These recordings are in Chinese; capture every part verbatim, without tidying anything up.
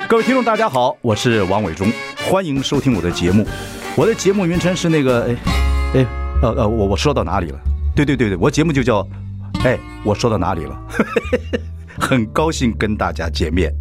各位听众大家好，我是王伟忠，欢迎收听我的节目。我的节目名称是那个哎哎呃呃我我说到哪里了？对对对对，我节目就叫哎我说到哪里了？很高兴跟大家见面。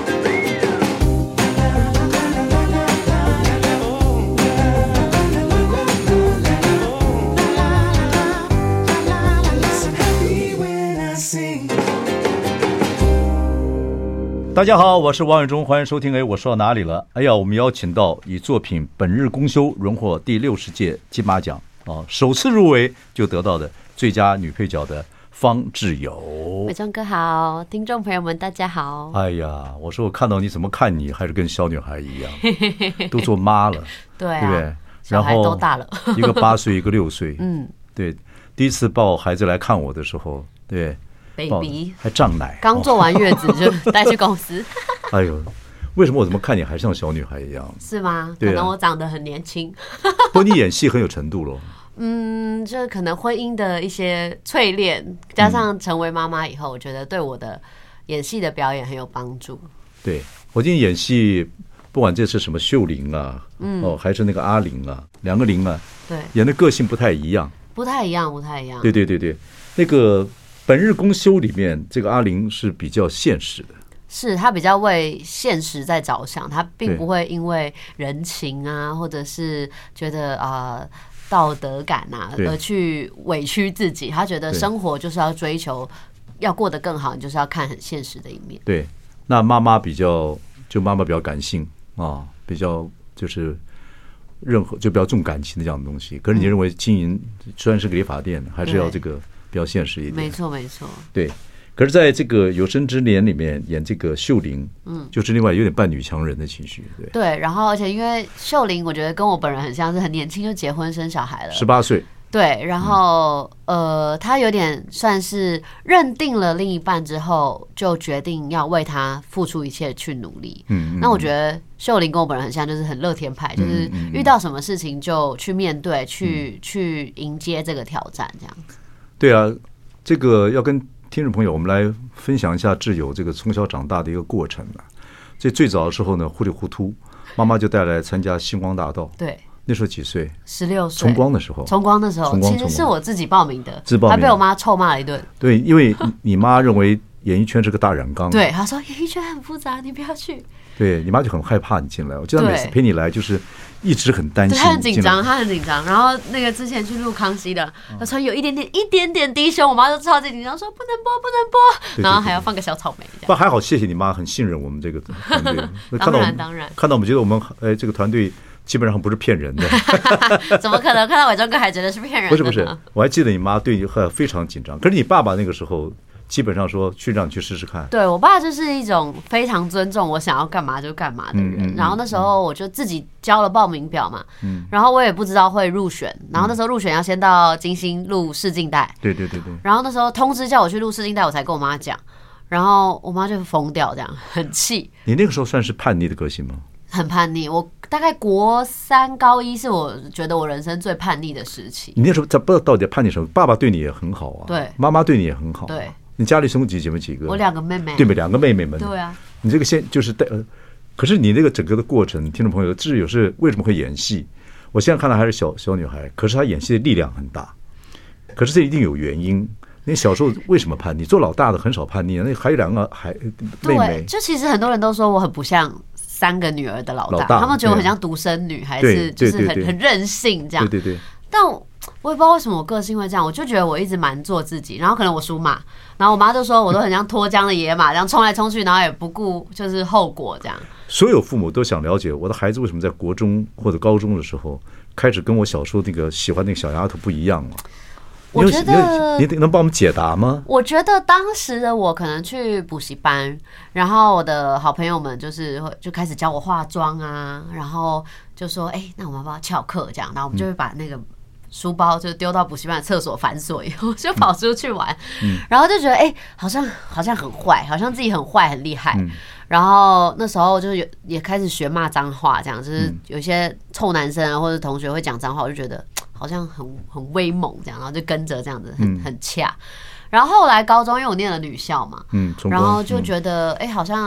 大家好，我是王伟忠，欢迎收听。哎，我说到哪里了？哎呀，我们邀请到以作品《本日公休》荣获第六十届金马奖啊，首次入围就得到的最佳女配角的方智友。 伟忠哥好，听众朋友们大家好。 哎呀，我说我看到你怎么看你还是跟小女孩一样，都做妈了， 对啊， 对不对？ 小孩都大了， 一个八岁，一个六岁。 嗯， 对，第一次抱孩子来看我的时候，对。 baby 还胀奶， 刚做完月子就带去公司。 哎呦，为什么我怎么看你还像小女孩一样？ 是吗？ 对啊， 可能我长得很年轻。 不过你演戏很有程度咯。 嗯，就是可能婚姻的一些淬炼，加上成为妈妈以后，我觉得对我的演戏的表演很有帮助。 对，我今天演戏，不管这是什么秀玲啊，嗯，哦，还是那个阿玲啊，两个玲啊， 对， 演的个性不太一样， 不太一样，不太一样。 对对对对，那个。本日公休里面，这个阿玲是比较现实的， 是她比较为现实在着想，她并不会因为人情啊，或者是觉得啊、呃、道德感啊而去委屈自己。她觉得生活就是要追求，要过得更好，你就是要看很现实的一面。 对，那妈妈比较，就妈妈比较感性啊，比较就是任何就比较重感情的这样的东西。可是你认为经营虽然是个理发店，还是要这个。比较现实一点， 没错没错。 对，可是在这个有生之年里面演这个秀玲，嗯，就是另外有点半女强人的情绪，对对。然后而且因为秀玲，我觉得跟我本人很像，是很年轻就结婚生小孩了， 十八岁。 对，然后、嗯、呃，她有点算是认定了另一半之后，就决定要为他付出一切去努力。嗯，那我觉得秀玲跟我本人很像，就是很乐天派，就是遇到什么事情就去面对，去、嗯、去迎接这个挑战，这样子。 对啊，这个要跟听众朋友我们来分享一下智友这个从小长大的一个过程啊。这最早的时候呢，糊里糊涂，妈妈就带来参加星光大道。 对， 那时候几岁？ 十六岁。 重光的时候。 重光的时候，其实是我自己报名的， 自报名， 还被我妈臭骂了一顿。 对，因为你妈认为演艺圈是个大染缸。 对，她说演艺圈很复杂，你不要去。 对，你妈就很害怕你进来。我记得每次陪你来就是一直很担心， 她很紧张，她很紧张。然后那个之前去录康熙的，她说有一点点一点点低胸，我妈就超级紧张，说不能播不能播，然后还要放个小草莓。 不还好，谢谢你妈很信任我们这个团队。 当然当然， 看到我们觉得我们哎这个团队基本上不是骗人的。 怎么可能？看到伟忠哥还觉得是骗人的？ 不是不是，我还记得你妈对你非常紧张，可是你爸爸那个时候。基本上说去让你去试试看。 对，我爸就是一种非常尊重我想要干嘛就干嘛的人。嗯嗯嗯、然后那时候我就自己交了报名表嘛，嗯、然后我也不知道会入选。然后那时候入选要先到金星录试镜带。 对对对对。 然后那时候通知叫我去录试镜带，我才跟我妈讲。然后我妈就疯掉，这样很气。 你那个时候算是叛逆的个性吗？ 很叛逆，我大概国三高一是我觉得我人生最叛逆的时期。 你那时候不知道到底叛逆什么？爸爸对你也很好啊， 对， 妈妈对你也很好、啊， 对。 你家里兄弟姐妹几个？ 我两个妹妹， 对不？两个妹妹们。 对啊。 你这个先就是带，可是你那个整个的过程，听众朋友，智友是为什么会演戏？我现在看到还是小小女孩，可是她演戏的力量很大。可是这一定有原因。你小时候为什么叛逆？做老大的很少叛逆，那还有两个还妹妹。 对，就其实很多人都说我很不像三个女儿的老大，老大他们觉得我很像独生女，还是就是很很任性这样。 对对对。 但我我也不知道为什么我个性会这样，我就觉得我一直蛮做自己，然后可能我属马，然后我妈就说我都很像脱缰的野马，这样冲来冲去，然后也不顾就是后果这样。 所有父母都想了解我的孩子为什么在国中或者高中的时候开始跟我小时候那个喜欢那个小丫头不一样了。 我觉得你能帮我们解答吗？ 我觉得当时的我可能去补习班，然后我的好朋友们就是就开始教我化妆啊，然后就说哎、欸，那我们要不要翘课这样？然后我们就会把那个书包就丢到补习班的厕所反锁以后就跑出去玩，嗯、然后就觉得哎、欸，好像好像很坏，好像自己很坏很厉害。嗯、然后那时候就是也开始学骂脏话，这样就是有些臭男生啊或者同学会讲脏话，我就觉得好像很很威猛这样，然后就跟着这样子很很恰。然后后来高中因为我念了女校嘛，嗯，然后就觉得哎、欸，好像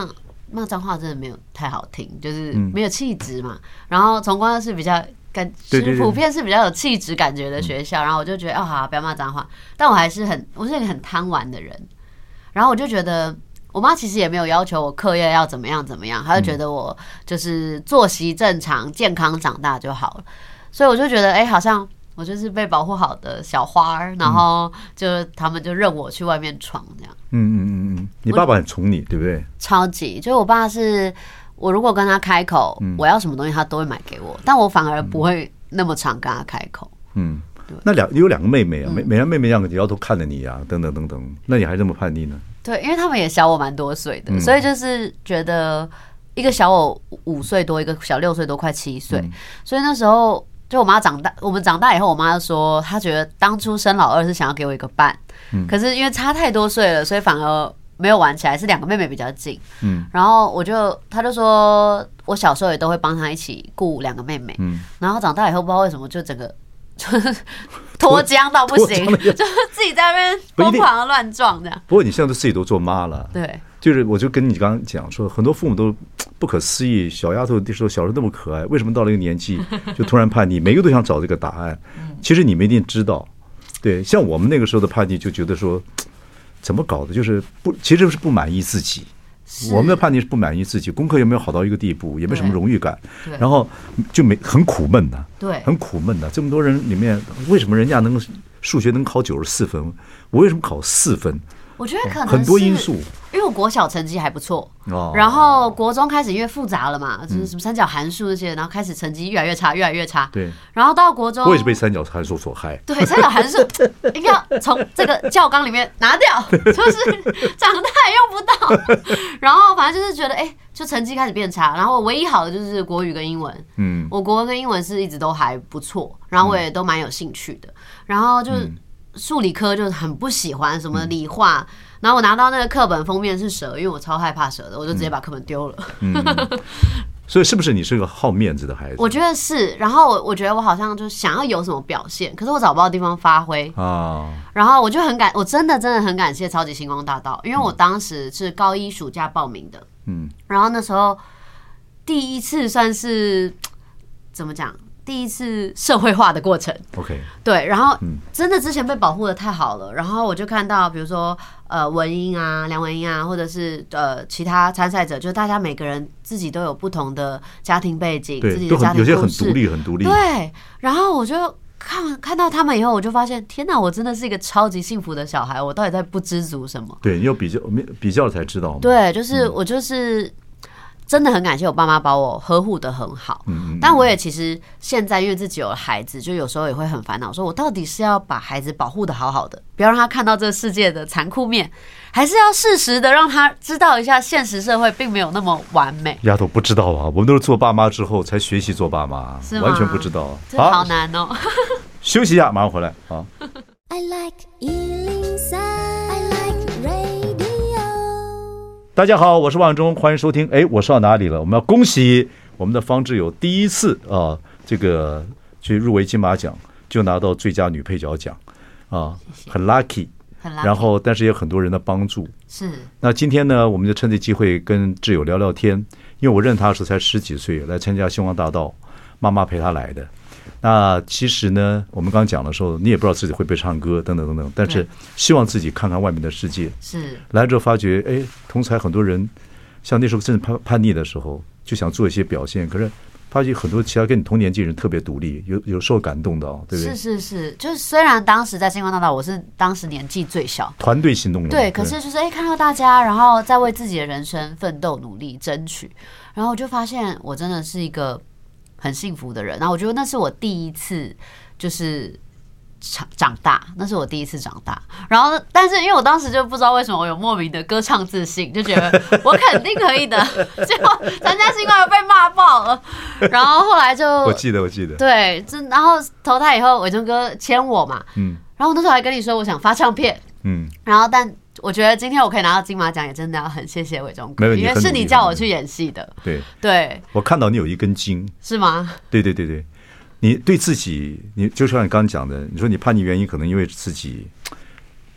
骂脏话真的没有太好听，就是没有气质嘛。然后崇光是比较感，是普遍是比较有气质感觉的学校，然后我就觉得哦好，不要骂脏话。但我还是很，我是一个很贪玩的人，然后我就觉得。我妈其实也没有要求我课业要怎么样怎么样，她就觉得我就是作息正常、健康长大就好了。所以我就觉得，哎、欸，好像我就是被保护好的小花儿，然后就他们就任我去外面闯这样。 嗯嗯嗯嗯，你爸爸很宠你，对不对？ 超级，就我爸是我如果跟他开口，嗯、我要什么东西他都会买给我，但我反而不会那么常跟他开口。嗯， 那两你有两个妹妹啊，每每个妹妹样子摇头看着你啊，等等等等，那你还这么叛逆呢？ 对，因为他们也小我蛮多岁的，嗯、所以就是觉得一个小我五岁多，一个小六岁多，快七岁。嗯、所以那时候就我妈长大，我们长大以后，我妈就说她觉得当初生老二是想要给我一个伴，嗯、可是因为差太多岁了，所以反而没有玩起来，是两个妹妹比较近。嗯，然后我就她就说我小时候也都会帮她一起顾两个妹妹，嗯，然后长大以后不知道为什么就整个。就是脱缰到不行，就是自己在那边疯狂的乱撞这样。 不过你现在都自己都做妈了， 对， 就是我就跟你刚刚讲说，很多父母都不可思议，小丫头那时候小时候那么可爱，为什么到了一个年纪就突然叛逆？每个都想找这个答案。其实你们一定知道，对，像我们那个时候的叛逆，就觉得说怎么搞的，就是不，其实是不满意自己。我们的叛逆是不满意自己，功课也没有好到一个地步，也没什么荣誉感，然后就没很苦闷的， 对， 很苦闷的。这么多人里面，为什么人家能数学能考九十四分，我为什么考四分？ 我觉得可能很多因素， 因为我国小成绩还不错，哦、然后国中开始因为复杂了嘛，就是什么三角函数那些，然后开始成绩越来越差，越来越差。 对， 然后到国中， 我也是被三角函数所害。 对，三角函数应该要从这个教纲里面拿掉，就是长大也用不到。然后反正就是觉得，哎、欸，就成绩开始变差。然后唯一好的就是国语跟英文，嗯，我国文跟英文是一直都还不错，然后我也都蛮有兴趣的。然后就。嗯数理科就是很不喜欢什么理化，嗯、然后我拿到那个课本封面是蛇，因为我超害怕蛇的，我就直接把课本丢了。嗯嗯、 所以是不是你是个好面子的孩子？ 我觉得是，然后我我觉得我好像就想要有什么表现，可是我找不到地方发挥啊。然后我就很感，我真的真的很感谢超级星光大道，因为我当时是高一暑假报名的，嗯，然后那时候第一次算是怎么讲？第一次社会化的过程 ，OK， 对，然后真的之前被保护的太好了，然后我就看到，比如说呃文英啊、梁文英啊，或者是呃其他参赛者，就大家每个人自己都有不同的家庭背景，自己的家庭故事， 有些很独立，很独立， 对。然后我就看看到他们以后，我就发现，天哪，我真的是一个超级幸福的小孩，我到底在不知足什么？ 对，你有比较比较才知道， 对，就是我就是。真的很感谢我爸妈把我呵护得很好，但我也其实现在因为自己有了孩子，就有时候也会很烦恼，说我到底是要把孩子保护得好好的，不要让他看到这个世界的残酷面，还是要适时的让他知道一下现实社会并没有那么完美。 丫头不知道啊，我们都是做爸妈之后才学习做爸妈，完全不知道， 这好难哦。 休息一下，马上回来啊。 I like 一零三 I like radio。 大家好，我是万忠，欢迎收听。哎，我说到哪里了？我们要恭喜我们的方志友第一次啊，这个去入围金马奖，就拿到最佳女配角奖啊，很 lucky。然后，但是也有很多人的帮助。 是。 那今天呢，我们就趁这机会跟志友聊聊天，因为我认他的时候才十几岁，来参加星光大道，妈妈陪他来的。那其实呢，我们刚刚讲的时候，你也不知道自己会不会唱歌，等等等等，但是希望自己看看外面的世界。 是来之后发觉，哎，同才很多人，像那时候正叛叛逆的时候，就想做一些表现，可是发觉很多其他跟你同年纪人特别独立，有有受感动的哦，对不对？ 是是是，就是虽然当时在星光大道，我是当时年纪最小， 团队行动了， 对，可是就是哎，看到大家，然后在为自己的人生奋斗、努力、争取，然后我就发现我真的是一个。很幸福的人，然后我觉得那是我第一次就是长长大，那是我第一次长大。然后，但是因为我当时就不知道为什么我有莫名的歌唱自信，就觉得我肯定可以的。结果参加星光又被骂爆了，然后后来就我记得我记得对，然后投胎以后，伟忠哥签我嘛，嗯，然后我那时候还跟你说我想发唱片，嗯，然后但。我觉得今天我可以拿到金马奖，也真的要很谢谢伟忠哥，因为是你叫我去演戏的。 对对， 我看到你有一根筋， 是吗？ 对对对对，你对自己，你就像你刚刚讲的，你说你叛逆原因可能因为自己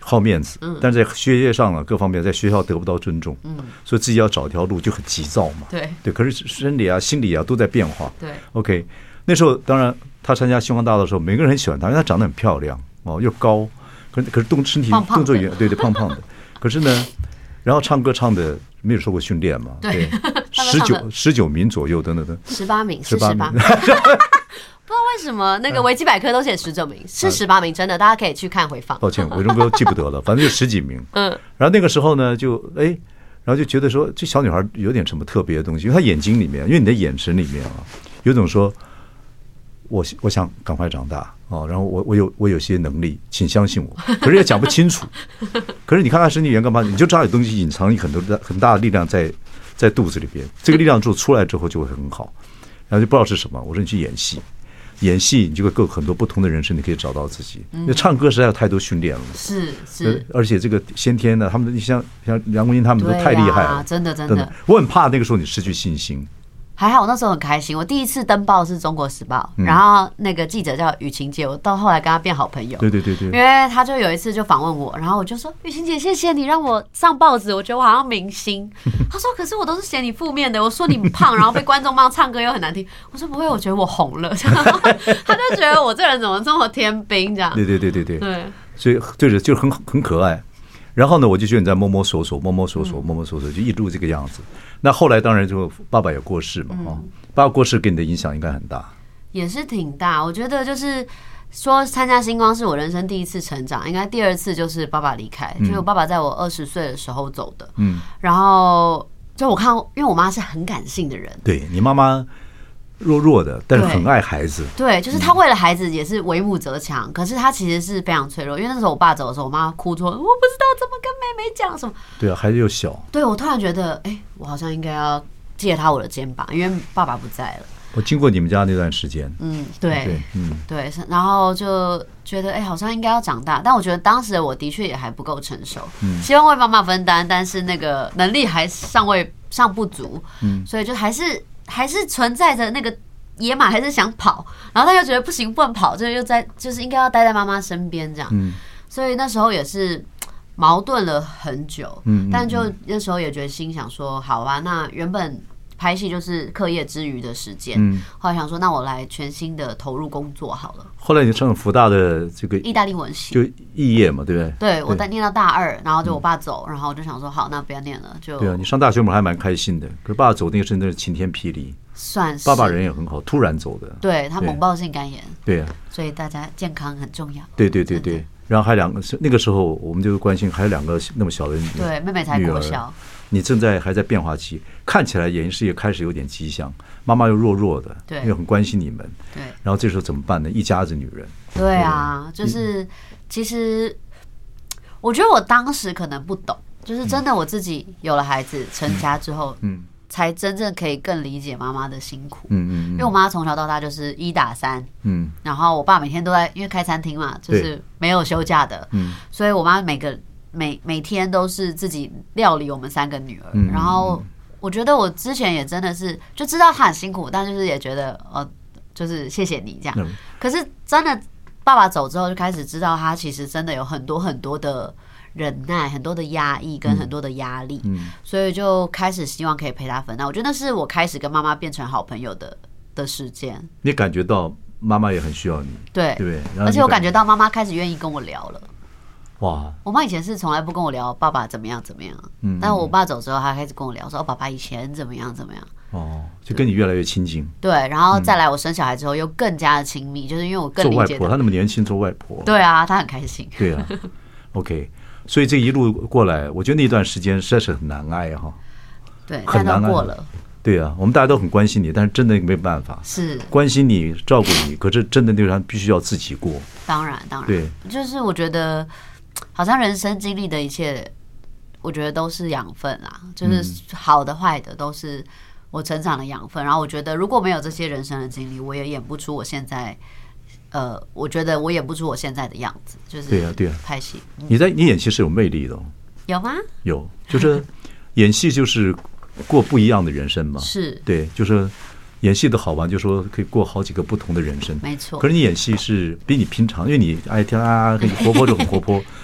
好面子，但是在学业上啊各方面，在学校得不到尊重，嗯，所以自己要找条路就很急躁嘛， 对对。可是生理啊、心理啊都在变化， 对。 OK， 那时候当然他参加星光大道的时候，每个人很喜欢他，因为他长得很漂亮哦，又高，可可是动身体胖胖动作也对对胖胖的，可是呢，然后唱歌唱的没有受过训练嘛， 对， 十九十九名左右等等等， 十八名是十八名。不知道为什么那个维基百科都写十九名，是十八名，真的，大家可以去看回放。 抱歉，伟忠哥记不得了，反正就十几名。嗯，然后那个时候呢，就哎，然后就觉得说，这小女孩有点什么特别的东西，因为她眼睛里面，因为你的眼神里面啊，有种说，我我想赶快长大哦，然后我我有我有些能力，请相信我。可是也讲不清楚。可是你看她身体里面干嘛？你就知道有东西隐藏很多很大的力量在在肚子里边，这个力量之后出来之后就会很好。然后就不知道是什么，我说你去演戏。演戏，你就会够很多不同的人生，你可以找到自己。因为唱歌实在有太多训练了， 是是， 而且这个先天的，他们像像梁文音他们都太厉害了， 真的真的。 我很怕那个时候你失去信心。 还好我那时候很开心，我第一次登报是中国时报，然后那个记者叫雨晴姐，我到后来跟她变好朋友。 对对对对， 因为她就有一次就访问我，然后我就说雨晴姐，谢谢你让我上报纸，我觉得我好像明星。她说可是我都是写你负面的，我说你胖，然后被观众骂唱歌又很难听。我说不会，我觉得我红了。她就觉得我这人怎么这么天兵这样。 对对对对对对，所以对着就很很可爱。然后呢，我就觉得你在摸摸索索、摸摸索索、摸摸索索，就一路这个样子。那后来当然就爸爸也过世嘛，哦，爸爸过世给你的影响应该很大， 也是挺大。我觉得就是说参加星光是我人生第一次成长，应该第二次就是爸爸离开，就是我爸爸在我二十岁的时候走的。嗯，然后就我看，因为我妈是很感性的人， 对你妈妈。弱弱的，但是很爱孩子。 对，就是他为了孩子也是为母则强，可是他其实是非常脆弱。因为那时候我爸走的时候，我妈哭说：“我不知道怎么跟妹妹讲什么。” 对啊，孩子又小。 对，我突然觉得，哎，我好像应该要借他我的肩膀，因为爸爸不在了。 我经过你们家那段时间， 嗯，对，嗯，对，然后就觉得，哎，好像应该要长大。但我觉得当时我的确也还不够成熟，嗯，希望为妈妈分担，但是那个能力还尚未尚不足，嗯，所以就还是。还是存在着那个野马，还是想跑，然后他又觉得不行，不能跑，就又在就是应该要待在妈妈身边这样。嗯，所以那时候也是矛盾了很久。嗯，但就那时候也觉得心想说，好吧，那原本拍戏就是课业之余的时间，嗯，后来想说，那我来全心的投入工作好了。 后来你上了福大的这个意大利文系， 就肄业嘛，对不对？ 对，我在念到大二，然后就我爸走，然后我就想说，好，那不要念了，就对啊。你上大学我们还蛮开心的，可是爸爸走那个真的是晴天霹雳， 算是爸爸人也很好，突然走的， 对他猛爆性肝炎， 对啊， 所以大家健康很重要。 对对对对，然后还两个那个时候我们就关心，还有两个那么小的女儿， 对，妹妹才国小。 你正在还在变化期，看起来演艺事业开始有点迹象，妈妈又弱弱的， 对， 因为很关心你们， 对。 然后这时候怎么办呢？一家子女人， 对啊，就是其实我觉得我当时可能不懂，就是真的我自己有了孩子成家之后，嗯，才真正可以更理解妈妈的辛苦，嗯嗯，因为我妈从小到大就是一打三，嗯，然后我爸每天都在，因为开餐厅嘛，就是没有休假的，嗯，所以我妈每个。每每天都是自己料理我们三个女儿，嗯、然后我觉得我之前也真的是就知道她很辛苦，但就是也觉得呃，就是谢谢你这样。嗯、可是真的爸爸走之后，就开始知道她其实真的有很多很多的忍耐、很多的压抑跟很多的压力，嗯、所以就开始希望可以陪她分担。我觉得那是我开始跟妈妈变成好朋友的的时间。你感觉到妈妈也很需要你， 对对不对？ 而且我感觉到妈妈开始愿意跟我聊了。 哇！ 我妈以前是从来不跟我聊爸爸怎么样怎么样，嗯，但我爸走之后，她开始跟我聊说，哦，爸爸以前怎么样怎么样。 哦，就跟你越来越亲近。 对，然后再来我生小孩之后，又更加的亲密，就是因为我更理解做外婆，她那么年轻做外婆。 对啊，她很开心。 对啊 ，OK， 所以这一路过来，我觉得那段时间实在是很难挨哈。 对， 很难过了。 对啊，我们大家都很关心你，但是真的没办法， 是关心你、照顾你，可是真的那段必须要自己过。 当然，当然， 对， 就是我觉得。好像人生经历的一切，我觉得都是养分啦，就是好的坏的都是我成长的养分。然后我觉得如果没有这些人生的经历，我也演不出我现在，呃，我觉得我演不出我现在的样子。就是对啊，对啊， 拍戏， 你在你演戏是有魅力的、哦， 有吗？ 有，就是演戏就是过不一样的人生嘛。 是， 对，就是。演戏的好玩，就说可以过好几个不同的人生， 没错。 可是你演戏是比你平常，因为你爱跳啊，很活泼就很活泼。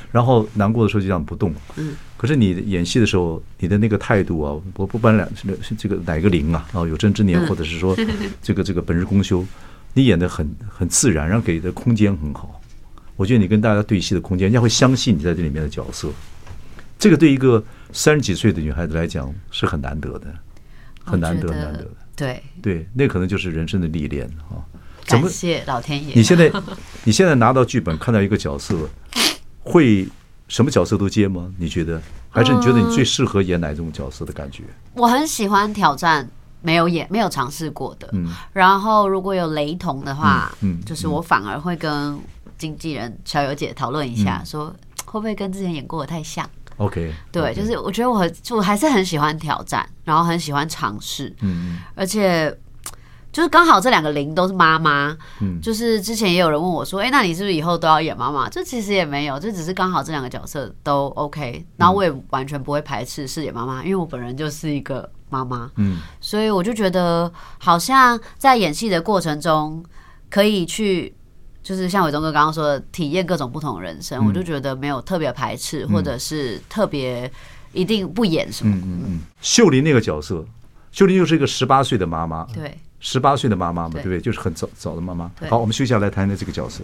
然后难过的时候就这样不动。 嗯， 可是你演戏的时候，你的那个态度啊，我不管两这个哪个灵啊，啊，有生之年，或者是说这个这个本日公休，你演得很很自然，然后给的空间很好。我觉得你跟大家对戏的空间，人家会相信你在这里面的角色。这个对一个三十几岁的女孩子来讲是很难得的，很难得，很难得的。 对对，那可能就是人生的历练啊。怎么感谢老天爷。 你现在你现在拿到剧本，看到一个角色，会什么角色都接吗？你觉得？还是你觉得你最适合演哪种角色的感觉？ 我很喜欢挑战没有演、没有尝试过的。 嗯， 然后如果有雷同的话， 嗯嗯就是我反而会跟经纪人小友姐讨论一下，说会不会跟之前演过的太像。 OK， 对，就是我觉得我很我还是很喜欢挑战，然后很喜欢尝试， 嗯， 而且就是刚好这两个零都是妈妈， 嗯， 就是之前也有人问我说，哎，那你是不是以后都要演妈妈？这其实也没有，就只是刚好这两个角色都 OK， 然后我也完全不会排斥饰演妈妈，因为我本人就是一个妈妈， 嗯， 所以我就觉得好像在演戏的过程中可以去。就是像伟忠哥刚刚说的，体验各种不同的人生，嗯、我就觉得没有特别排斥，嗯、或者是特别一定不演什么。 嗯嗯嗯。秀玲那个角色，秀玲又是一个十八岁的妈妈， 对， 十八岁的妈妈嘛，对不对？就是很早早的妈妈。好，我们休息一下来谈谈这个角色。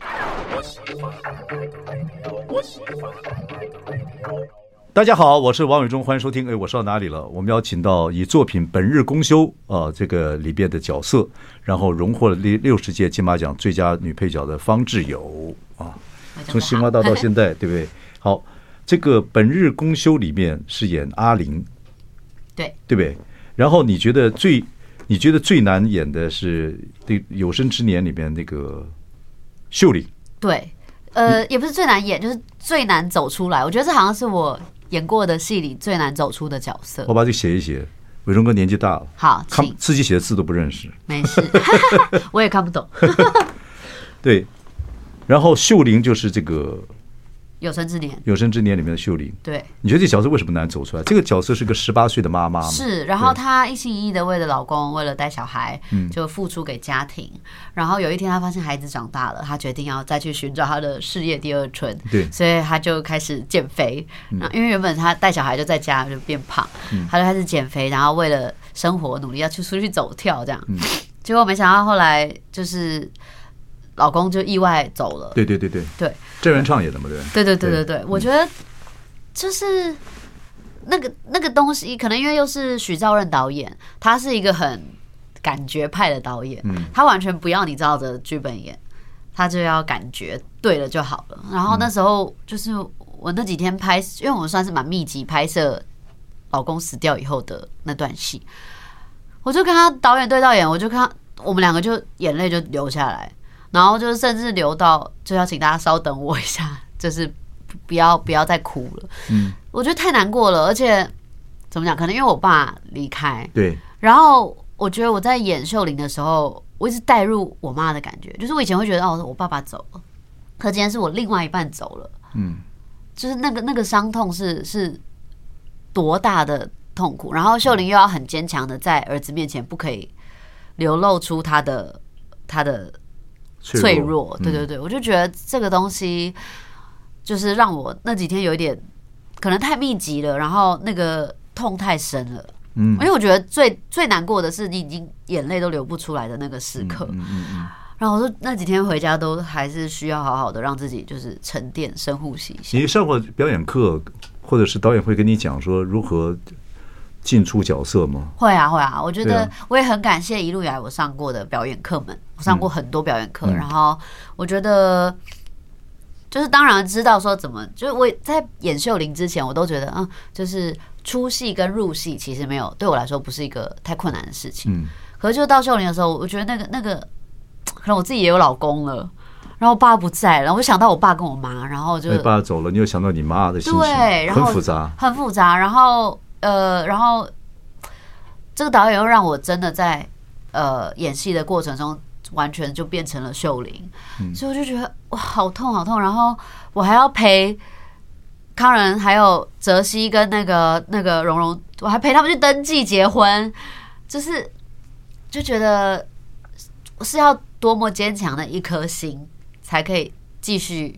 大家好，我是王伟忠，欢迎收听。哎，我说到哪里了？我们邀请到以作品《本日公休》啊、呃、这个里边的角色，然后荣获了六六十届金马奖最佳女配角的方志友啊，从新花道到现在，对不对？好，这个《本日公休》里面是演阿玲， 对对不对？然后你觉得最你觉得最难演的是《有生之年》里面那个秀玲？ 对，呃，也不是最难演，就是最难走出来。我觉得这好像是我演过的戏里最难走出的角色。 我把这个写一写。伟忠哥年纪大了， 好， 看自己写的字都不认识， 没事，我也看不懂。 对，然后秀玲就是这个有生之年， 有生之年里面的秀玲。 对， 你觉得这角色为什么难走出来？这个角色是个十八岁的妈妈， 是，然后她一心一意的为了老公，为了带小孩，就付出给家庭。然后有一天，她发现孩子长大了，她决定要再去寻找她的事业第二春。 对， 所以她就开始减肥。因为原本她带小孩就在家就变胖，她就开始减肥，然后为了生活努力要去出去走跳这样。结果没想到后来就是老公就意外走了。 对对对对对， 郑元畅演的嘛，对对对对对对，我觉得就是那个那个东西，可能因为又是许兆任导演，他是一个很感觉派的导演，他完全不要你照着剧本演，他就要感觉对了就好了。然后那时候就是我那几天拍，因为我们算是蛮密集拍摄老公死掉以后的那段戏，我就跟他导演对到眼，我就看我们两个就眼泪就流下来。然后就是甚至流到就要请大家稍等我一下，就是不要不要再哭了。嗯，我觉得太难过了，而且怎么讲？可能因为我爸离开， 对。 然后我觉得我在演秀玲的时候，我一直带入我妈的感觉，就是我以前会觉得哦，我爸爸走了，可今天是我另外一半走了。嗯，就是那个那个伤痛是是多大的痛苦，然后秀玲又要很坚强的在儿子面前不可以流露出他的他的。脆弱，对对对，我就觉得这个东西就是让我那几天有一点可能太密集了，然后那个痛太深了。嗯，因为我觉得最最难过的是你已经眼泪都流不出来的那个时刻。嗯嗯嗯。然后我说那几天回家都还是需要好好的让自己就是沉淀、深呼吸一下。 你上过表演课，或者是导演会跟你讲说如何进出角色吗？ 会啊会啊，我觉得我也很感谢一路以来我上过的表演课们，我上过很多表演课，嗯、然后我觉得就是当然知道说怎么，就是我在演秀玲之前，我都觉得嗯，就是出戏跟入戏其实没有对我来说不是一个太困难的事情。嗯，可是就到秀玲的时候，我觉得那个那个可能我自己也有老公了。然后我爸不在了，我就想到我爸跟我妈，然后就你爸走了，你又想到你妈的心情， 对，然后很复杂， 很复杂，然后。呃，然后这个导演又让我真的在呃演戏的过程中，完全就变成了秀玲，嗯、所以我就觉得哇，好痛好痛。然后我还要陪康仁、还有哲熙跟那个那个蓉蓉，我还陪他们去登记结婚，就是就觉得是要多么坚强的一颗心，才可以继续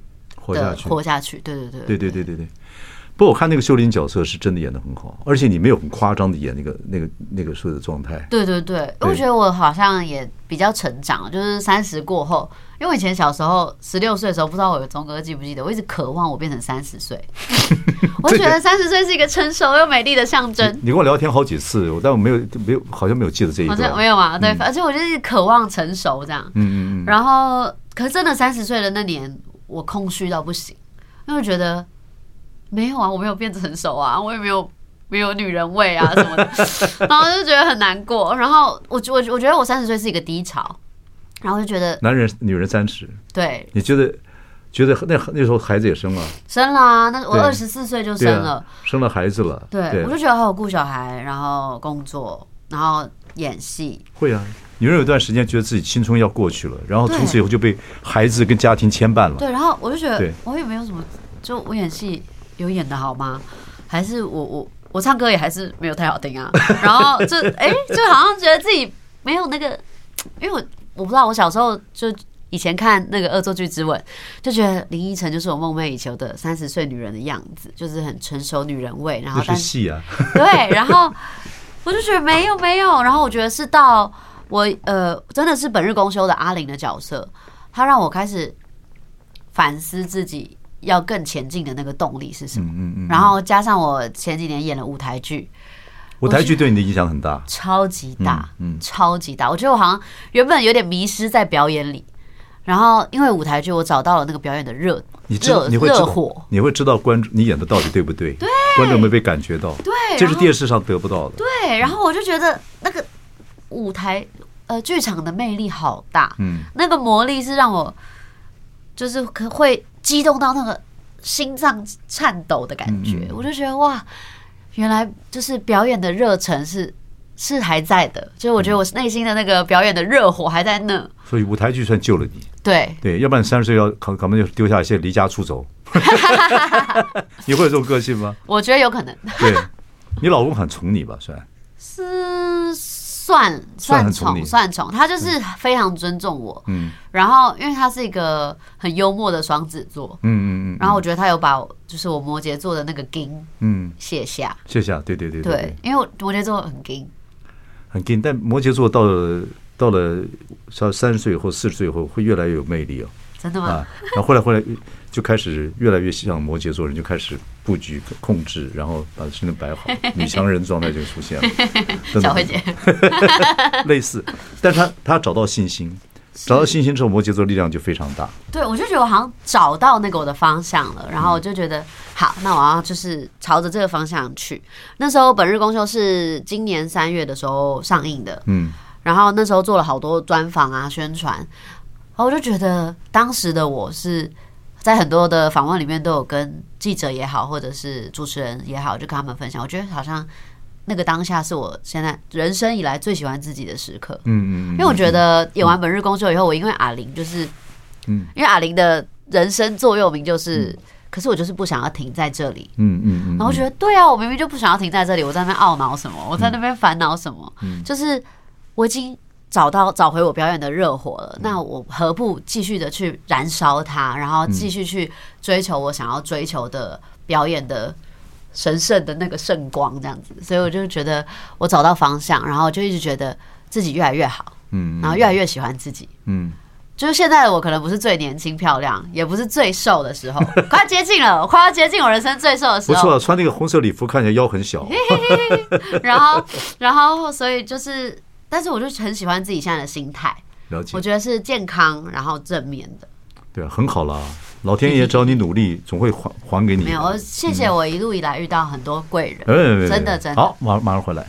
活下去， 活下去，对对对对对对对对。不过我看那个秀玲角色是真的演得很好，而且你没有很夸张的演那个那个那个所有的状态。 对对对，我觉得我好像也比较成长，就是三十过后，因为我以前小时候十六岁的时候，不知道我有钟哥记不记得，我一直渴望我变成三十岁，我觉得三十岁是一个成熟又美丽的象征。 你, 你跟我聊天好几次，但我没有没有好像没有记得这一段， 好像没有嘛？对，嗯、而且我就是渴望成熟这样。嗯嗯嗯。然后，可是真的三十岁的那年，我空虚到不行，因为我觉得。没有啊，我没有变成熟啊，我也没有没有女人味啊什么的，然后就觉得很难过。然后我我我觉得我三十岁是一个低潮，然后就觉得男人女人三十， 对， 你觉得觉得那那时候孩子也生了， 生了啊，那我二十四岁就生了、啊， 生了孩子了， 对，对我就觉得好有顾小孩，然后工作，然后演戏， 会啊。女人有一段时间觉得自己青春要过去了，然后从此以后就被孩子跟家庭牵绊了。 对，然后我就觉得我也没有什么，就我演戏。有演的好吗？还是我我我唱歌也还是没有太好听啊。然后就哎、欸，就好像觉得自己没有那个，因为我我不知道，我小时候就以前看那个《恶作剧之吻》，就觉得林依晨就是我梦寐以求的三十岁女人的样子，就是很成熟女人味。然后但是戏啊， 对，然后我就觉得没有没有，然后我觉得是到我呃真的是本日公休的阿玲的角色，她让我开始反思自己。要更前进的那个动力是什么？嗯嗯嗯。然后加上我前几年演了舞台剧， 舞台剧对你的影响很大， 超级大，嗯，超级大。我觉得我好像原本有点迷失在表演里，然后因为舞台剧，我找到了那个表演的热， 你知道你会热火，你会知道观众你演的到底对不对？ 对， 观众有没有被感觉到？ 对， 这是电视上得不到的。 对，然后我就觉得那个舞台呃剧场的魅力好大，嗯，那个魔力是让我就是会。激动到那个心脏颤抖的感觉，我就觉得哇，原来就是表演的热忱是是还在的，就是我觉得我内心的那个表演的热火还在那。 所以舞台剧算救了你。 对对， 要不然三十岁要可可能就丢下一些离家出走。你会有这种个性吗？ 我觉得有可能。 对，你老公很宠你吧？算是。算算宠算宠，他就是非常尊重我，嗯，然后因为他是一个很幽默的双子座，嗯嗯嗯，然后我觉得他有把就是我摩羯座的那个金，嗯，卸下， 卸下，对对对对, 对，因为我摩羯座很金， 很金，但摩羯座到了到了到三十岁或四十岁以后会越来越有魅力哦， 真的吗？ 啊，然后后来后来就开始越来越像摩羯座人，就开始布局控制，然后把身体摆好，女强人状态就出现了。 小慧姐类似，但是他他找到信心，找到信心之后，摩羯座力量就非常大。 对，我就觉得我好像找到那个我的方向了，然后我就觉得、嗯、好，那我要就是朝着这个方向去。那时候《本日公休》是今年三月的时候上映的，嗯，然后那时候做了好多专访啊、宣传，然后我就觉得当时的我是。在很多的访问里面都有跟记者也好，或者是主持人也好，就跟他们分享。我觉得好像那个当下是我现在人生以来最喜欢自己的时刻。嗯嗯，因为我觉得演完《本日公休》以后，我因为阿玲就是，嗯，因为阿玲的人生座右铭就是，嗯、可是我就是不想要停在这里。嗯嗯嗯，然后我觉得对啊，我明明就不想要停在这里，我在那边懊恼什么？我在那边烦恼什么？嗯，就是我已经。找到找回我表演的热火了，那我何不继续的去燃烧它，然后继续去追求我想要追求的表演的神圣的那个圣光，这样子。所以我就觉得我找到方向，然后就一直觉得自己越来越好，嗯，然后越来越喜欢自己，嗯。就是现在的我可能不是最年轻漂亮，也不是最瘦的时候，快接近了，我快要接近我人生最瘦的时候。 不错，穿那个红色礼服看起来腰很小。 然后，然后，所以就是。但是我就很喜欢自己现在的心态， 了解， 我觉得是健康然后正面的。 对啊，很好啦，老天爷只要你努力，总会还还给你。 没有，谢谢我一路以来遇到很多贵人，嗯、真的真的。 好，马马上回来。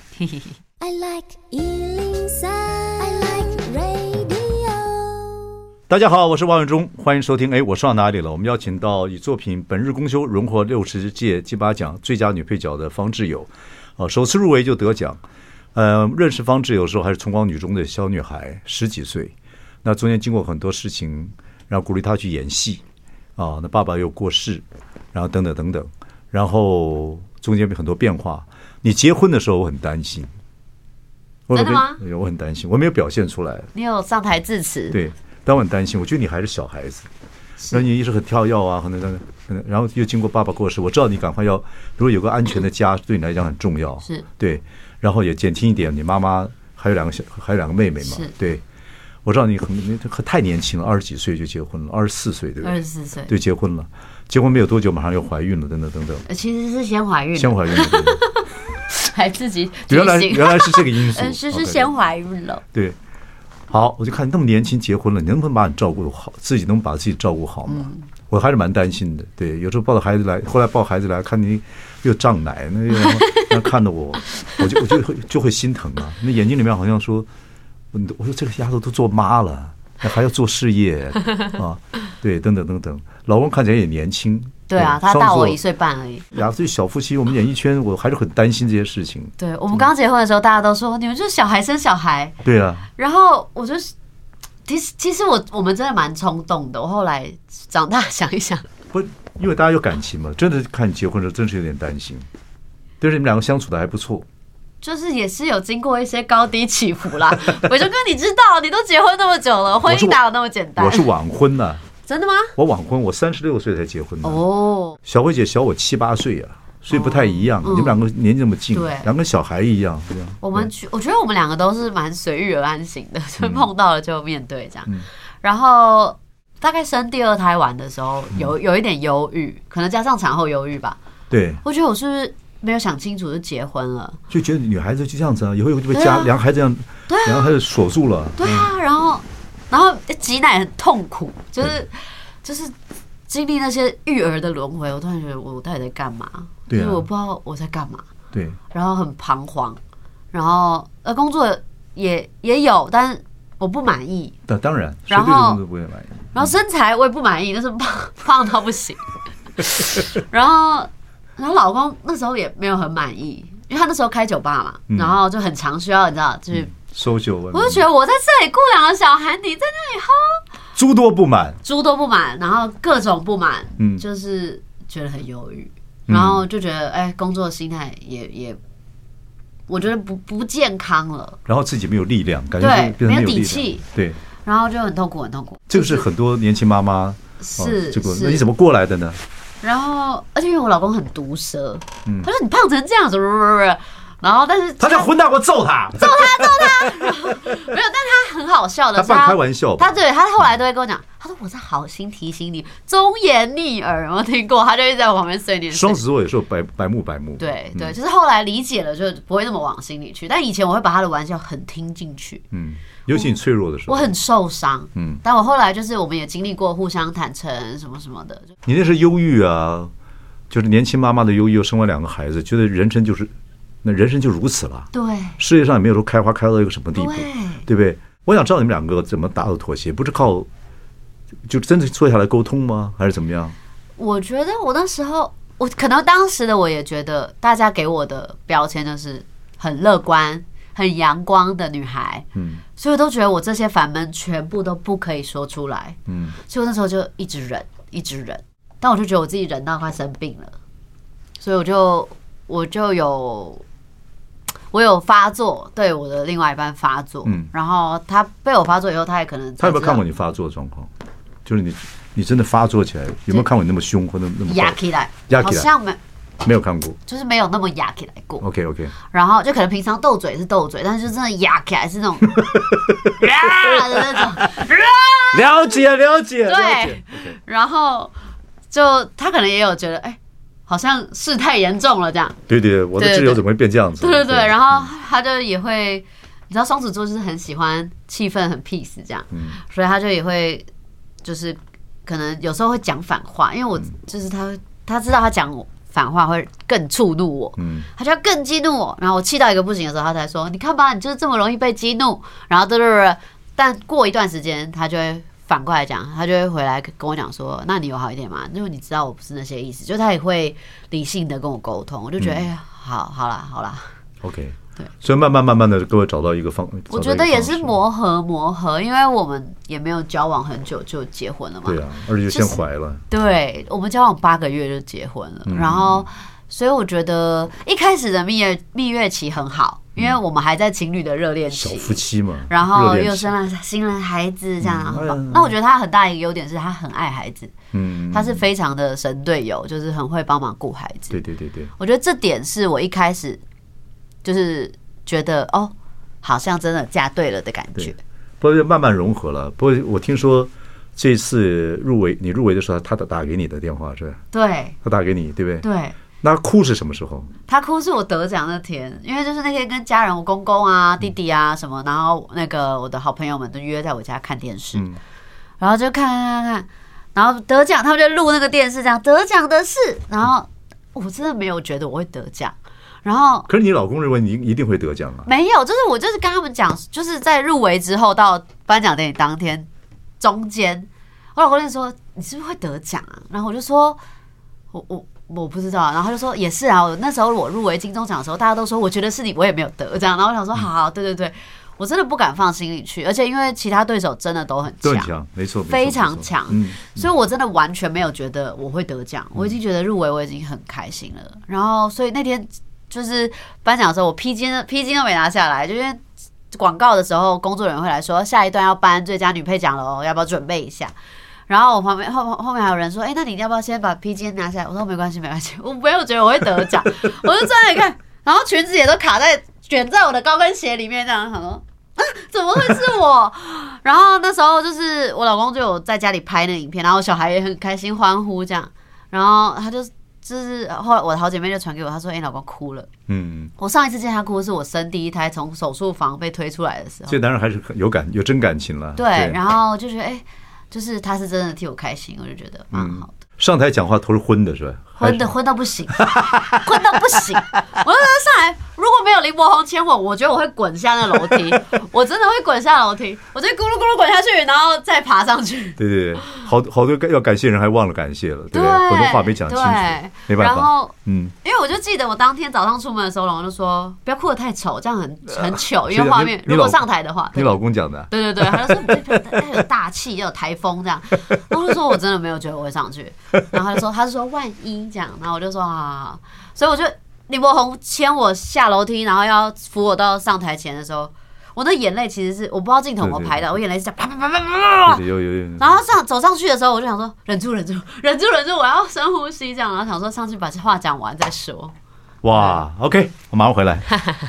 I like 一零三 I like radio。 大家好，我是王永忠，欢迎收听。哎，我上哪里了？我们邀请到以作品《本日公休》荣获六十届金马奖最佳女配角的方志友，哦，首次入围就得奖。呃，认识方志友的时候还是崇光女中的小女孩，十几岁。那中间经过很多事情，然后鼓励她去演戏啊。那爸爸又过世，然后等等等等，然后中间有很多变化。你结婚的时候，我很担心。 真的吗？ 我很担心，我没有表现出来。 你有上台致辞？ 对，但我很担心。我觉得你还是小孩子， 然后你一直很跳跃啊，可能可能，然后又经过爸爸过世，我知道你赶快要，如果有个安全的家对你来讲很重要， 是对，然后也减轻一点，你妈妈还有两个小，还有两个妹妹嘛，对，我知道你很你太年轻了，二十几岁就结婚了，二十四岁对不对？ 二十四岁， 对，结婚了，结婚没有多久马上又怀孕了，等等等等， 其实是先怀孕， 先怀孕了。 还自己原来原来是这个因素， 嗯，是是先怀孕了。 对，好，我就看你那么年轻结婚了，你能不能把你照顾好，自己能把自己照顾好吗？嗯、我还是蛮担心的。对，有时候抱着孩子来，后来抱孩子来看你又胀奶，那又那看着我，我就我就会就会心疼啊。那眼睛里面好像说，我说这个丫头都做妈了，还要做事业啊，对，等等等等。老公看起来也年轻。 对啊，他大我一岁半而已。 呀，所以小夫妻，我们演艺圈，我还是很担心这些事情。 对，我们刚结婚的时候，大家都说你们就是小孩生小孩。 对啊。然后我就，其实其实我我们真的蛮冲动的。我后来长大想一想， 不，因为大家有感情嘛，真的看你结婚的时候，真是有点担心。但是你们两个相处的还不错。 就是也是有经过一些高低起伏啦。伟忠哥，你知道，你都结婚那么久了，婚姻哪有那么简单？ 我是晚婚呐、啊。 真的吗？ 我晚婚，我三十六岁才结婚的。 哦， 小慧姐小我七八岁啊，所以不太一样。哦嗯、你们两个年纪那么近， 对， 两个小孩一样。 我们我觉得我们两个都是蛮随遇而安型的，就碰到了就面对这样。嗯、然后大概生第二胎完的时候，有有一点忧郁，可能加上产后忧郁吧。 对， 我觉得我是不是没有想清楚就结婚了？ 就觉得女孩子就这样子啊，以后就被家两个孩子这样， 对啊， 两个孩子锁住了。 对啊，然后。然后挤奶很痛苦，就是就是经历那些育儿的轮回，我突然觉得我到底在干嘛？ 对、啊， 因为我不知道我在干嘛。 对， 然后很彷徨，然后呃工作也也有，但是我不满意。 当当然， 然后不会满意。 然后身材我也不满意，就是胖胖到不行。然后然后老公那时候也没有很满意，因为他那时候开酒吧嘛，嗯、然后就很常需要你知道就是。嗯收酒， 我就觉得我在这里雇两个小孩，你在那里喝， 诸多不满， 诸多不满，然后各种不满，嗯，就是觉得很忧郁，然后就觉得哎，工作心态也也，我觉得不不健康了， 然后自己没有力量，感觉对，没有底气， 对， 然后就很痛苦，很痛苦。 这个是很多年轻妈妈是这个，那你怎么过来的呢？ 然后，而且因为我老公很毒舌，嗯，他说你胖成这样子。然后，但是他就混蛋，我揍他， 揍他，揍他。没有，但他很好笑的， 他半开玩笑。 他对他后来都会跟我讲，他说我在好心提醒你，忠言逆耳，有没有听过？他就一直在我旁边碎念。 双子座有时候白白目白目。 对对，就是后来理解了，就不会那么往心里去。但以前我会把他的玩笑很听进去。嗯， 尤其你脆弱的时候， 我很受伤。嗯，但我后来就是我们也经历过互相坦诚什么什么的。 你那是忧郁啊，就是年轻妈妈的忧郁，又生完两个孩子，觉得人生就是。那人生就如此了， 对， 世界上也没有说开花开到一个什么地步， 对， 对不对？我想知道你们两个怎么达到妥协，不是靠就真的坐下来沟通吗？还是怎么样？ 我觉得我那时候，我可能当时的我也觉得，大家给我的标签就是很乐观、很阳光的女孩，嗯，所以我都觉得我这些烦闷全部都不可以说出来，嗯，所以我那时候就一直忍，一直忍，但我就觉得我自己忍到快生病了，所以我就我就有。我有发作，对我的另外一半发作，嗯，然后他被我发作以后，他也可能他有没有看过你发作的状况？就是你你真的发作起来，有没有看过你那么凶或者那么压起来？ 压起来好像没没有看过， 就是没有那么压起来过。 OK OK， 然后就可能平常斗嘴是斗嘴，但是就真的压起来是那种啊的那种， 了解了解， 对， 了解 okay. 然后就他可能也有觉得，哎、欸。好像事态严重了，这样。 对对，我的挚友怎么会变这样子？ 对对 对, 对，然后他就也会，你知道双子座就是很喜欢气氛很 peace 这样，嗯，所以他就也会，就是可能有时候会讲反话，因为我就是他，他知道他讲反话会更触怒我，嗯，他就要更激怒我，然后我气到一个不行的时候，他才说：“你看吧，你就是这么容易被激怒。”然后对对对，但过一段时间，他就会。反过来讲，他就会回来跟我讲说：“那你有好一点吗？因为你知道我不是那些意思。”就他也会理性的跟我沟通，我就觉得，哎、嗯、呀、欸，好，好啦，好啦 ，OK， 对，所以慢慢慢慢的各位找到一个方， 我觉得也是磨合磨合，因为我们也没有交往很久就结婚了嘛， 对啊，而且就先怀了， 就是、对，我们交往八个月就结婚了，嗯、然后所以我觉得一开始的蜜月蜜月期很好。 因为我们还在情侣的热恋期， 小夫妻嘛， 然后热恋期又生了新了孩子，这样。 嗯很棒哎呀那我觉得他很大一个优点是他很爱孩子， 嗯， 他是非常的神队友，就是很会帮忙顾孩子。 对对对对， 我觉得这点是我一开始就是觉得哦，好像真的嫁对了的感觉对。不过慢慢融合了。不过我听说这次入围，你入围的时候，他打给你的电话是吧？ 对他打给你，对不对？ 对， 那他哭是什么时候？ 他哭是我得奖那天，因为就是那天跟家人，我公公啊、弟弟啊什么，然后那个我的好朋友们都约在我家看电视， 嗯然后就看看看看，然后得奖，他们就录那个电视，这样得奖的是，然后我真的没有觉得我会得奖，然后可是你老公认为你一定会得奖啊？ 没有，就是我就是跟他们讲，就是在入围之后到颁奖典礼当天中间，我老公就说你是不是会得奖啊？然后我就说我我我不知道，然后他就说也是啊，我那时候我入围金钟奖的时候，大家都说我觉得是你，我也没有得这样，然后我想说好好，对对对。我真的不敢放心里去，而且因为其他对手真的都很都很强，没错， 非常强， 嗯， 所以我真的完全没有觉得我会得奖，我已经觉得入围我已经很开心了。然后，所以那天就是颁奖的时候，我披巾披巾都没拿下来，就因为广告的时候，工作人员会来说下一段要颁最佳女配奖了哦，要不要准备一下？然后我旁边后后面还有人说，哎、欸，那你要不要先把披巾拿下来？我说没关系，没关系，我没有觉得我会得奖，我就站在那里看，然后裙子也都卡在卷在我的高跟鞋里面，这样想说。啊，怎么会是我？然后那时候就是我老公就有在家里拍那影片，然后小孩也很开心欢呼这样，然后他就就是后来我的好姐妹就传给我，她说：“哎、欸，老公哭了。”嗯，我上一次见他哭是我生第一胎从手术房被推出来的时候， 所以当然还是有感有真感情了。 对，对然后就觉得哎、欸，就是他是真的替我开心，我就觉得蛮好的。嗯上台讲话头是昏的是吧？ 昏的昏到不行，昏到不行。我就上来，如果没有林柏宏牵我，我觉得我会滚下那楼梯，我真的会滚下楼梯，我就咕噜咕噜滚下去，然后再爬上去。 对对对，好好多要感谢人还忘了感谢了，对不对？很多话没讲清楚，没办法。 然后， 嗯， 因为我就记得我当天早上出门的时候，老公就说不要哭得太丑，这样很很糗，因为画面如果上台的话， 你老公讲的， 对对对，他就说你要有大气，要有台风这样。然后我就说我真的没有觉得我会上去，然后他就说他就说万一这样，然后我就说啊，所以我就林柏宏牵我下楼梯，然后要扶我到上台前的时候，我的眼泪其实是我不知道镜头有没有拍到，我眼泪是这样啪啪啪啪啪， 有有有。 然后上走上去的时候，我就想说忍住忍住忍住忍住，我要深呼吸这样，然后想说上去把这话讲完再说。 哇 ，OK， 我马上回来。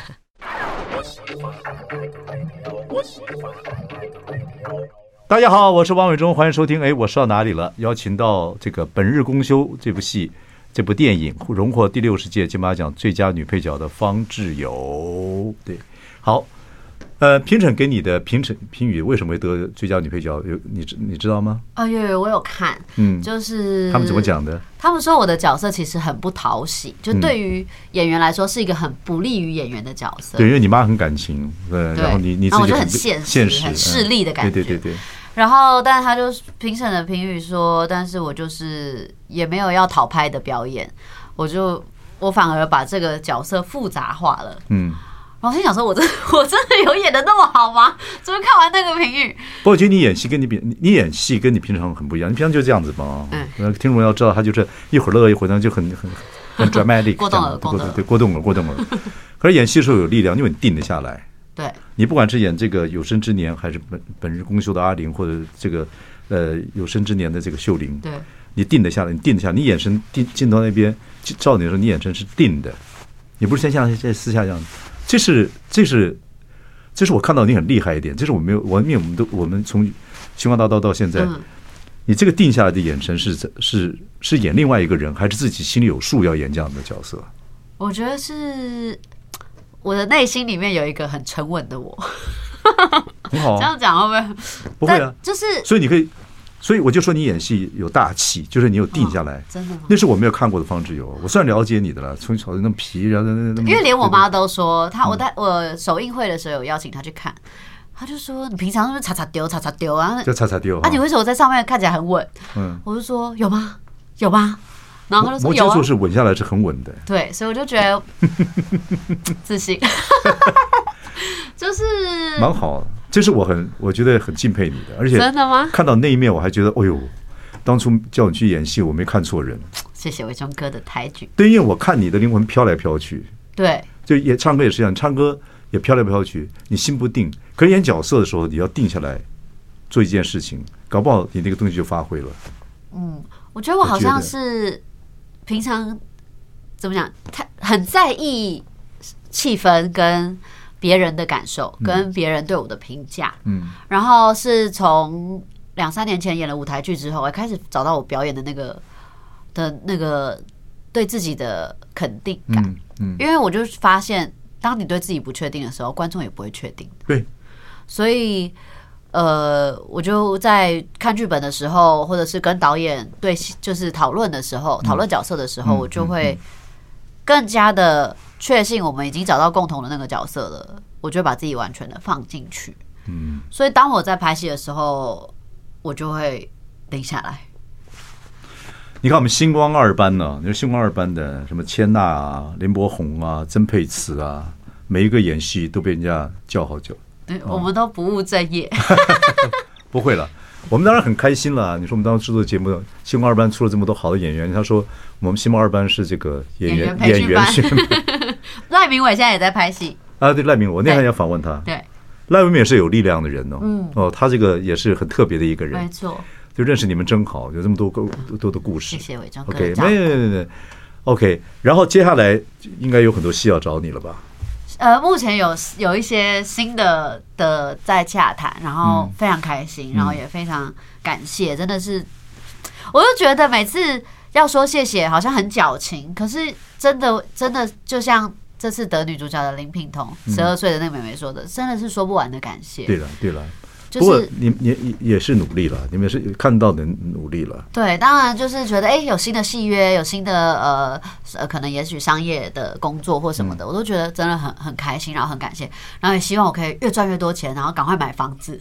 大家好，我是王伟忠，欢迎收听。哎，我说到哪里了？邀请到这个《本日公休》这部戏。这部电影荣获第六十届金马奖最佳女配角的方志友，对，好，呃，评审给你的评审评语为什么会得最佳女配角？有你你知道吗？ 啊，有有，我有看，嗯，就是他们怎么讲的？ 他们说我的角色其实很不讨喜，就对于演员来说是一个很不利于演员的角色。 对，因为你妈很感情，对，然后你你自己很现实、很势利的感觉， 对对对对。 然后，但他就评审的评语说，但是我就是也没有要讨拍的表演，我就我反而把这个角色复杂化了。嗯，然后我心想说，我真我真的有演的那么好吗？就是看完那个评语， 不过我觉得你演戏跟你比，你演戏跟你平常很不一样，你平常就这样子嘛。嗯，听众要知道，他就是一会儿乐一会儿呢就很很很 dramatic， 过动了，过动了，对，过动了，过动了。可是演戏的时候有力量，因为你定得下来。 对， 你不管是演这个有生之年，还是本本日公休的阿玲，或者这个呃有生之年的这个秀玲， 对， 你定得下来，你定得下，你眼神定镜头那边照你的时候，你眼神是定的，你不是先像在私下这样，这是这是这是我看到你很厉害一点，这是我没有，我因为我们都我们从星光大道到现在，嗯、你这个定下来的眼神是是是演另外一个人，还是自己心里有数要演这样的角色？ 我觉得是。我的内心里面有一个很沉稳的我， 很好、啊。 这样讲会不会？ 不会啊， 就是所以你可以，所以我就说你演戏有大气，就是你有定下来。哦、 真的吗？ 那是我没有看过的方志友，我算了解你的了，从小那么皮，然后那因为连我妈都说，她我在我首映会的时候有邀请她去看，她就说你平常是不是擦擦丢擦擦丢啊？ 就擦擦丢啊！你为什么在上面看起来很稳？嗯，我就说有吗？有吗？然后他就说有啊， 摩羯座是稳下来是很稳的， 对，所以我就觉得自信，就是蛮好。这是我很我觉得很敬佩你的，而且真的吗？ 看到那一面我还觉得，哎呦，当初叫你去演戏，我没看错人。 谢谢伟忠哥的抬举。 对，因为我看你的灵魂飘来飘去， 对， 就也唱歌也是这样，唱歌也飘来飘去，你心不定。可是演角色的时候，你要定下来做一件事情，搞不好你那个东西就发挥了。 嗯，我觉得我好像是平常怎么讲，他很在意气氛跟别人的感受，跟别人对我的评价。嗯，然后是从两三年前演了舞台剧之后，我开始找到我表演的那个的那个对自己的肯定感。嗯嗯，因为我就发现，当你对自己不确定的时候，观众也不会确定。 对， 所以。呃，我就在看剧本的时候，或者是跟导演对就是讨论的时候，讨论角色的时候，我就会更加的确信我们已经找到共同的那个角色了，我就把自己完全的放进去。嗯，所以当我在拍戏的时候，我就会停下来。 你看我们星光二班呢，就是星光二班的什么千娜啊、林柏宏啊、曾沛慈啊，每一个演戏都被人家叫好久。 对，我们都不务正业。 不会了，我们当然很开心了。你说我们当时制作节目，星光二班出了这么多好的演员，他说我们星光二班是这个演员演员训班。赖明伟现在也在拍戏啊，对，赖明伟，我那天要访问他。 对， 赖明伟也是有力量的人哦。嗯，哦，他这个也是很特别的一个人。 没错， 就认识你们真好，有这么多个多的故事。 谢谢伟忠哥。OK， 没没没没 OK， 然后接下来应该有很多戏要找你了吧？ 呃，目前有有一些新的的在洽谈，然后非常开心，嗯、然后也非常感谢，真的是，我就觉得每次要说谢谢，好像很矫情，可是真的真的就像这次得女主角的林品彤，十二岁的那个妹妹说的，真的是说不完的感谢。 对了，对了。不过你你也是努力了，你们是看到的努力了。 对，当然就是觉得，哎，有新的戏约，有新的呃呃，可能也许商业的工作或什么的，我都觉得真的很很开心，然后很感谢，然后也希望我可以越赚越多钱，然后赶快买房子。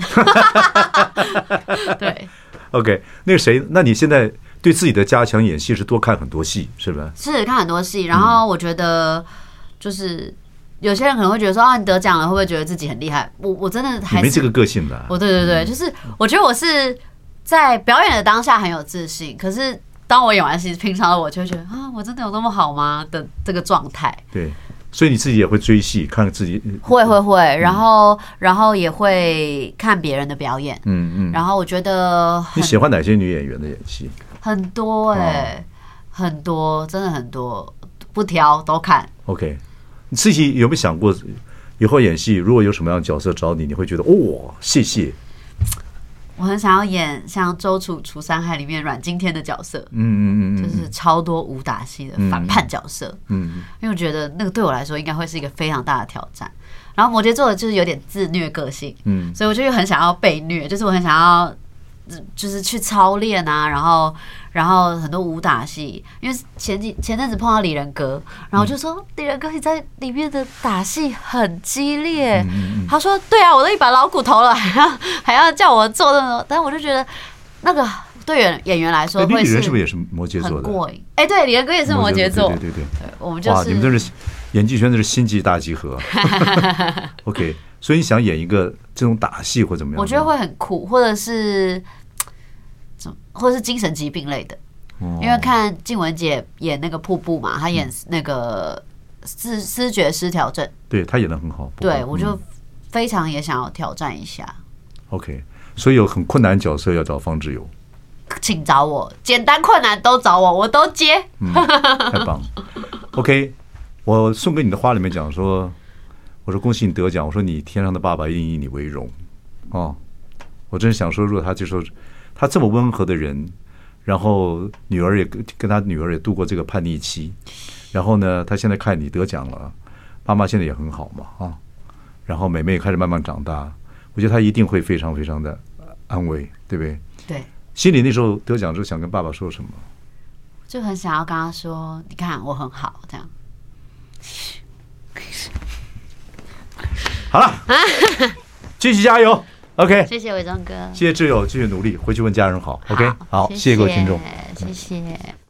对。 OK， 那个谁，那你现在对自己的加强演戏是多看很多戏，是吧？ 是看很多戏，然后我觉得就是。有些人可能会觉得说啊，你得奖了，会不会觉得自己很厉害？我我真的还是没这个个性的、啊。 我对对对，就是我觉得我是在表演的当下很有自信，可是当我演完戏，平常的我就会觉得啊，我真的有那么好吗的这个状态。 对，所以你自己也会追戏，看自己会会会，然后、嗯、然后也会看别人的表演，嗯嗯，然后我觉得你喜欢哪些女演员的演戏？ 很多哎、欸哦，很多，真的很多，不挑都看。 OK。你自己有没有想过，以后演戏如果有什么样的角色找你，你会觉得哦，谢谢。 我很想要演像《周楚除三害》里面阮经天的角色，嗯嗯嗯，就是超多武打戏的反叛角色，嗯，因为我觉得那个对我来说应该会是一个非常大的挑战。然后摩羯座的就是有点自虐个性，嗯，所以我就很想要被虐，就是我很想要。就是去操练啊，然后然后很多武打戏，因为前几前阵子碰到李仁哥，然后就说、嗯、李仁哥你在里面的打戏很激烈，嗯嗯嗯他说对啊，我都一把老骨头了，还要还要叫我做那种，但我就觉得那个对演演员来说会是， 李仁是不是也是摩羯座的？ 很过瘾。哎，对，李仁哥也是摩羯座， 对对对 对, 对，我们就是哇， 你们真是演技圈真是星际大集合。OK。所以你想演一个这种打戏或怎么样？ 我觉得会很酷，或者是，或者是精神疾病类的。哦、因为看静雯姐演那个瀑布嘛，她演那个思思觉失调症， 对她演得很好。 对，我就非常也想要挑战一下。 OK， 所以有很困难角色要找方志友， 请找我，简单困难都找我，我都接。 嗯、太棒了。OK， 我送给你的花里面讲说。我说恭喜你得奖，我说你天上的爸爸一定以你为荣，哦，我真是想说，如果他就说他这么温和的人，然后女儿也跟他女儿也度过这个叛逆期，然后呢，他现在看你得奖了，妈妈现在也很好嘛，啊，然后妹妹也开始慢慢长大，我觉得他一定会非常非常的安慰，对不对？ 对， 心里那时候得奖之后想跟爸爸说什么？ 就很想要跟他说，你看我很好，这样。 好了，继续加油 ，OK。 谢谢伟忠哥， 谢谢挚友，继续努力，回去问家人好 ，OK。好，谢谢各位听众， 谢谢。